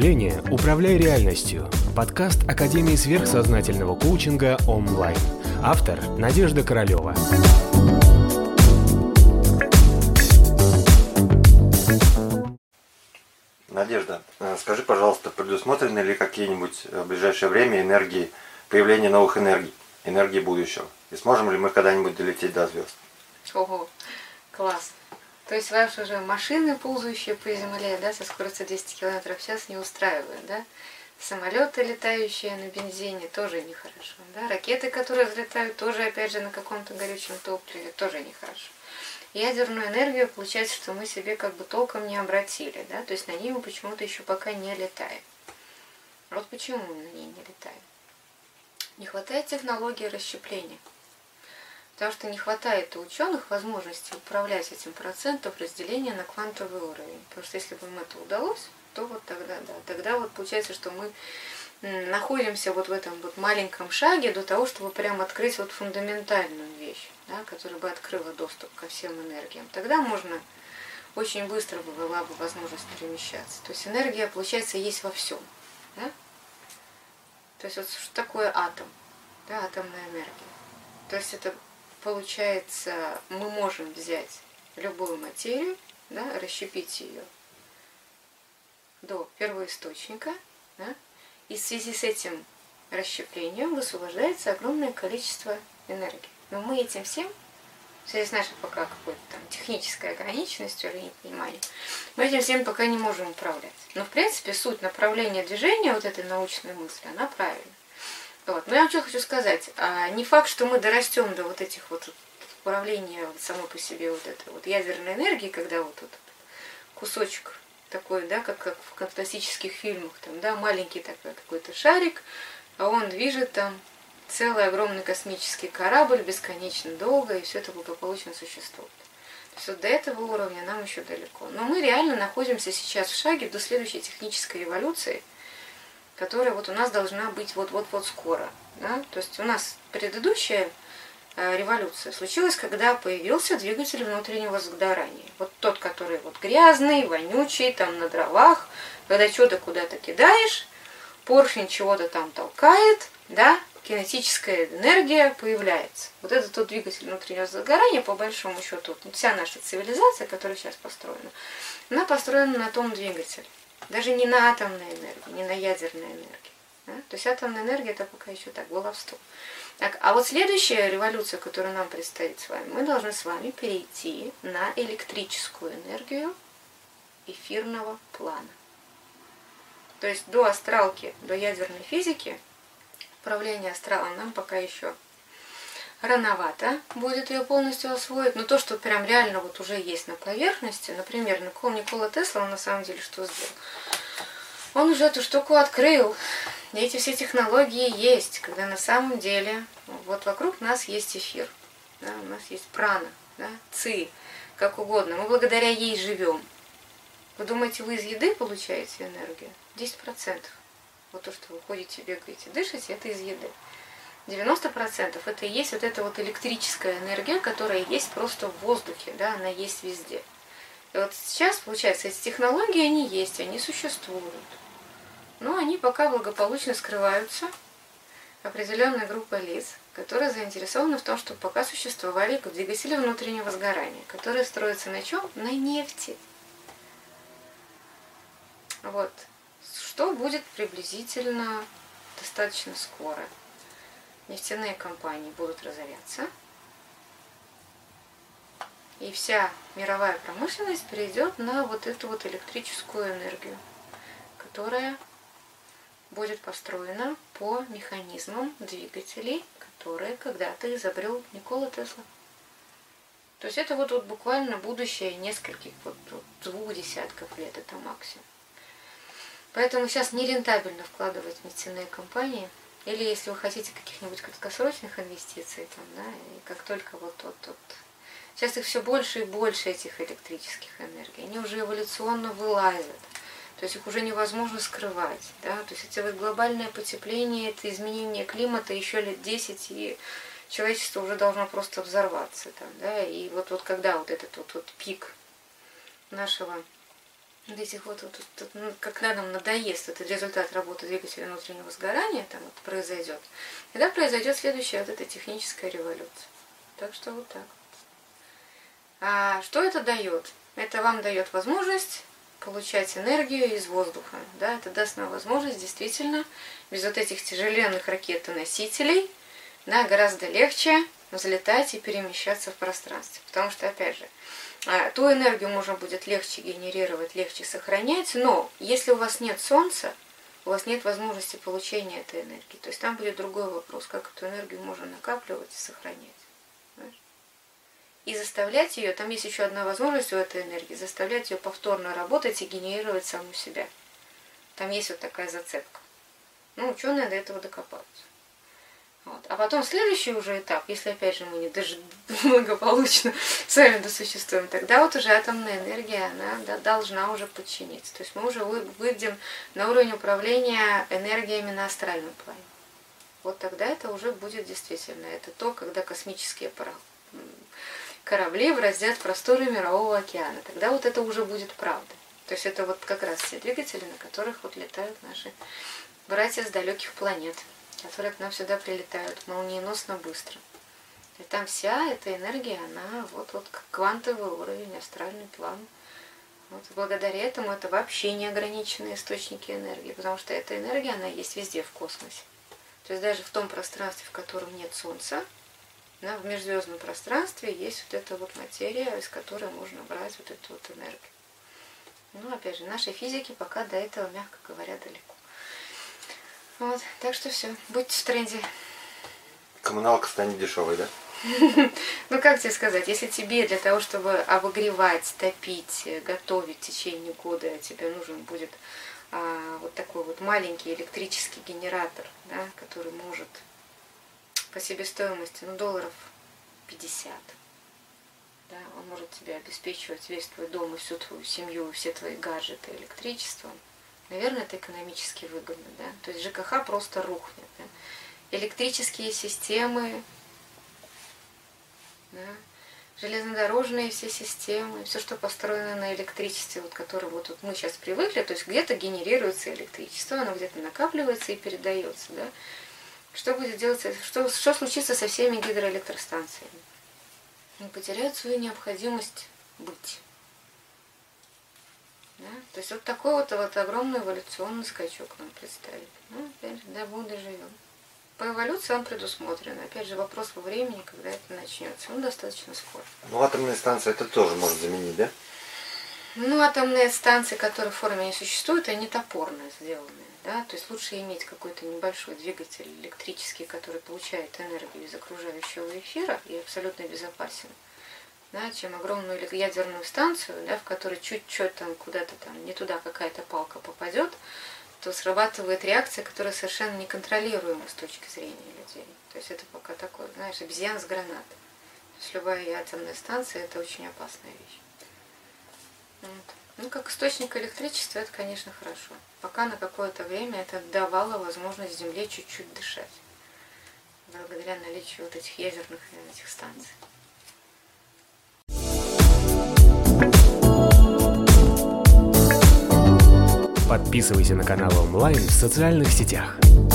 мышления управляй реальностью. Подкаст Академии сверхсознательного коучинга онлайн. Автор Надежда Королева. Надежда, скажи, пожалуйста, предусмотрены ли какие-нибудь в ближайшее время появление новых энергий будущего? И сможем ли мы когда-нибудь долететь до звезд? Ого, класс. То есть вас уже машины, ползающие по земле, да, со скоростью 200 км в час не устраивают, да? Самолеты, летающие на бензине, тоже нехорошо, да? Ракеты, которые взлетают, тоже, опять же, на каком-то горючем топливе, тоже нехорошо. Ядерную энергию, получается, что мы себе как бы толком не обратили, да? То есть на ней мы почему-то еще пока не летаем. Вот почему мы на ней не летаем? Не хватает технологии расщепления. Потому что не хватает у ученых возможности управлять этим процентом разделения на квантовый уровень. Потому что если бы им это удалось, то вот тогда, да, тогда вот получается, что мы находимся вот в этом вот маленьком шаге до того, чтобы прям открыть вот фундаментальную вещь, да, которая бы открыла доступ ко всем энергиям. Тогда можно очень быстро была бы возможность перемещаться. То есть энергия, получается, есть во всем. Да? То есть вот что такое атом? Да, атомная энергия. То есть это получается, мы можем взять любую материю, да, расщепить ее до первоисточника, да, и в связи с этим расщеплением высвобождается огромное количество энергии. Но мы этим всем, в связи с нашей пока какой-то там технической ограниченностью или непониманием, мы этим всем пока не можем управлять. Но в принципе суть направления движения вот этой научной мысли, она правильная. Вот. Но я вам что хочу сказать, не факт, что мы дорастем до вот этих вот управления вот самой по себе вот этой вот ядерной энергии, когда вот этот кусочек такой, да, как в фантастических фильмах, там, да, маленький такой какой-то шарик, а он движет там целый огромный космический корабль бесконечно долго, и все это благополучно существует. То есть вот до этого уровня нам еще далеко. Но мы реально находимся сейчас в шаге до следующей технической революции, которая вот у нас должна быть вот-вот-вот скоро. Да? То есть у нас предыдущая революция случилась, когда появился двигатель внутреннего сгорания. Вот тот, который вот грязный, вонючий, там на дровах, когда что-то куда-то кидаешь, поршень чего-то там толкает, да, кинетическая энергия появляется. Вот это тот двигатель внутреннего сгорания, по большому счету, вся наша цивилизация, которая сейчас построена, она построена на том двигателе. Даже не на атомной энергии, не на ядерной энергии. Да? То есть атомная энергия это пока еще так, баловство. Так, а вот следующая революция, которая нам предстоит с вами, мы должны с вами перейти на электрическую энергию эфирного плана. То есть до астралки, до ядерной физики, управление астралом нам пока еще рановато будет ее полностью освоить, но то, что прям реально вот уже есть на поверхности, например, Никола Тесла, он на самом деле что сделал? Он уже эту штуку открыл, и эти все технологии есть, когда на самом деле вот вокруг нас есть эфир, да, у нас есть прана, да, ци, как угодно, мы благодаря ей живем. Вы думаете, вы из еды получаете энергию? 10%. Вот то, что вы ходите, бегаете, дышите, это из еды. 90% это и есть вот эта вот электрическая энергия, которая есть просто в воздухе, да, она есть везде. И вот сейчас, получается, эти технологии, они есть, они существуют. Но они пока благополучно скрываются определенной группой лиц, которые заинтересованы в том, чтобы пока существовали двигатели внутреннего сгорания, которые строятся на чем? На нефти. Вот. Что будет приблизительно достаточно скоро? Нефтяные компании будут разоряться, и вся мировая промышленность перейдет на вот эту вот электрическую энергию, которая будет построена по механизмам двигателей, которые когда-то изобрел Никола Тесла. То есть это вот буквально будущее нескольких, вот 2 десятков лет, это максимум. Поэтому сейчас нерентабельно вкладывать в нефтяные компании. Или если вы хотите каких-нибудь краткосрочных инвестиций, там, да, и как только вот. Сейчас их все больше и больше, этих электрических энергий. Они уже эволюционно вылазят. То есть их уже невозможно скрывать. Да? То есть это вот глобальное потепление, это изменение климата еще лет 10, и человечество уже должно просто взорваться. Там, да? И вот когда вот этот вот пик нашего вот этих когда нам надоест этот результат работы двигателя внутреннего сгорания, там вот произойдет, тогда произойдет следующая вот эта техническая революция. Так что вот так. А что это дает? Это вам дает возможность получать энергию из воздуха. Да? Это даст нам возможность действительно без вот этих тяжеленных ракетоносителей, да, гораздо легче взлетать и перемещаться в пространстве. Потому что, опять же, ту энергию можно будет легче генерировать, легче сохранять, но если у вас нет Солнца, у вас нет возможности получения этой энергии. То есть там будет другой вопрос, как эту энергию можно накапливать и сохранять. Понимаешь? И заставлять ее, там есть еще одна возможность у этой энергии, заставлять ее повторно работать и генерировать саму себя. Там есть вот такая зацепка. Ученые до этого докопаются. Вот. А потом следующий уже этап, если опять же мы не даже благополучно с вами досуществуем, тогда вот уже атомная энергия, она должна уже подчиниться. То есть мы уже выйдем на уровень управления энергиями на астральном плане. Вот тогда это уже будет действительно, это то, когда космические корабли бороздят просторы Мирового океана. Тогда вот это уже будет правда. То есть это вот как раз те двигатели, на которых вот летают наши братья с далеких планет, которые к нам сюда прилетают молниеносно быстро. И там вся эта энергия, она вот как квантовый уровень, астральный план. Вот, благодаря этому это вообще неограниченные источники энергии, потому что эта энергия, она есть везде в космосе. То есть даже в том пространстве, в котором нет Солнца, да, в межзвездном пространстве есть вот эта вот материя, из которой можно брать вот эту вот энергию. Опять же, нашей физике пока до этого, мягко говоря, далеко. Вот, так что все, будьте в тренде. Коммуналка станет дешевой, да? Как тебе сказать, если тебе для того, чтобы обогревать, топить, готовить в течение года, тебе нужен будет вот такой вот маленький электрический генератор, да, который может по себестоимости $50. Да, он может тебе обеспечивать весь твой дом и всю твою семью, все твои гаджеты электричеством. Наверное, это экономически выгодно. Да? То есть ЖКХ просто рухнет. Да? Электрические системы, да? Железнодорожные все системы, все, что построено на электричестве, вот, которое вот мы сейчас привыкли, то есть где-то генерируется электричество, оно где-то накапливается и передается. Да? Что будет делать, что случится со всеми гидроэлектростанциями? Они потеряют свою необходимость быть. Да? То есть вот такой вот огромный эволюционный скачок нам представили. Опять же, до Будды живем. По эволюции он предусмотрен. Опять же, вопрос во времени, когда это начнется. Он достаточно скоро. Атомная станция это тоже может заменить, да? Атомные станции, которые в форме не существуют, они топорно сделаны. Да? То есть лучше иметь какой-то небольшой двигатель электрический, который получает энергию из окружающего эфира и абсолютно безопасен, да, чем огромную ядерную станцию, да, в которой чуть-чуть там куда-то там не туда какая-то палка попадет, то срабатывает реакция, которая совершенно неконтролируема с точки зрения людей. То есть это пока такой, знаешь, обезьян с гранатой. То есть любая атомная станция – это очень опасная вещь. Вот. Как источник электричества это, конечно, хорошо. Пока на какое-то время это давало возможность Земле чуть-чуть дышать. Благодаря наличию вот этих ядерных этих станций. Подписывайся на канал онлайн в социальных сетях.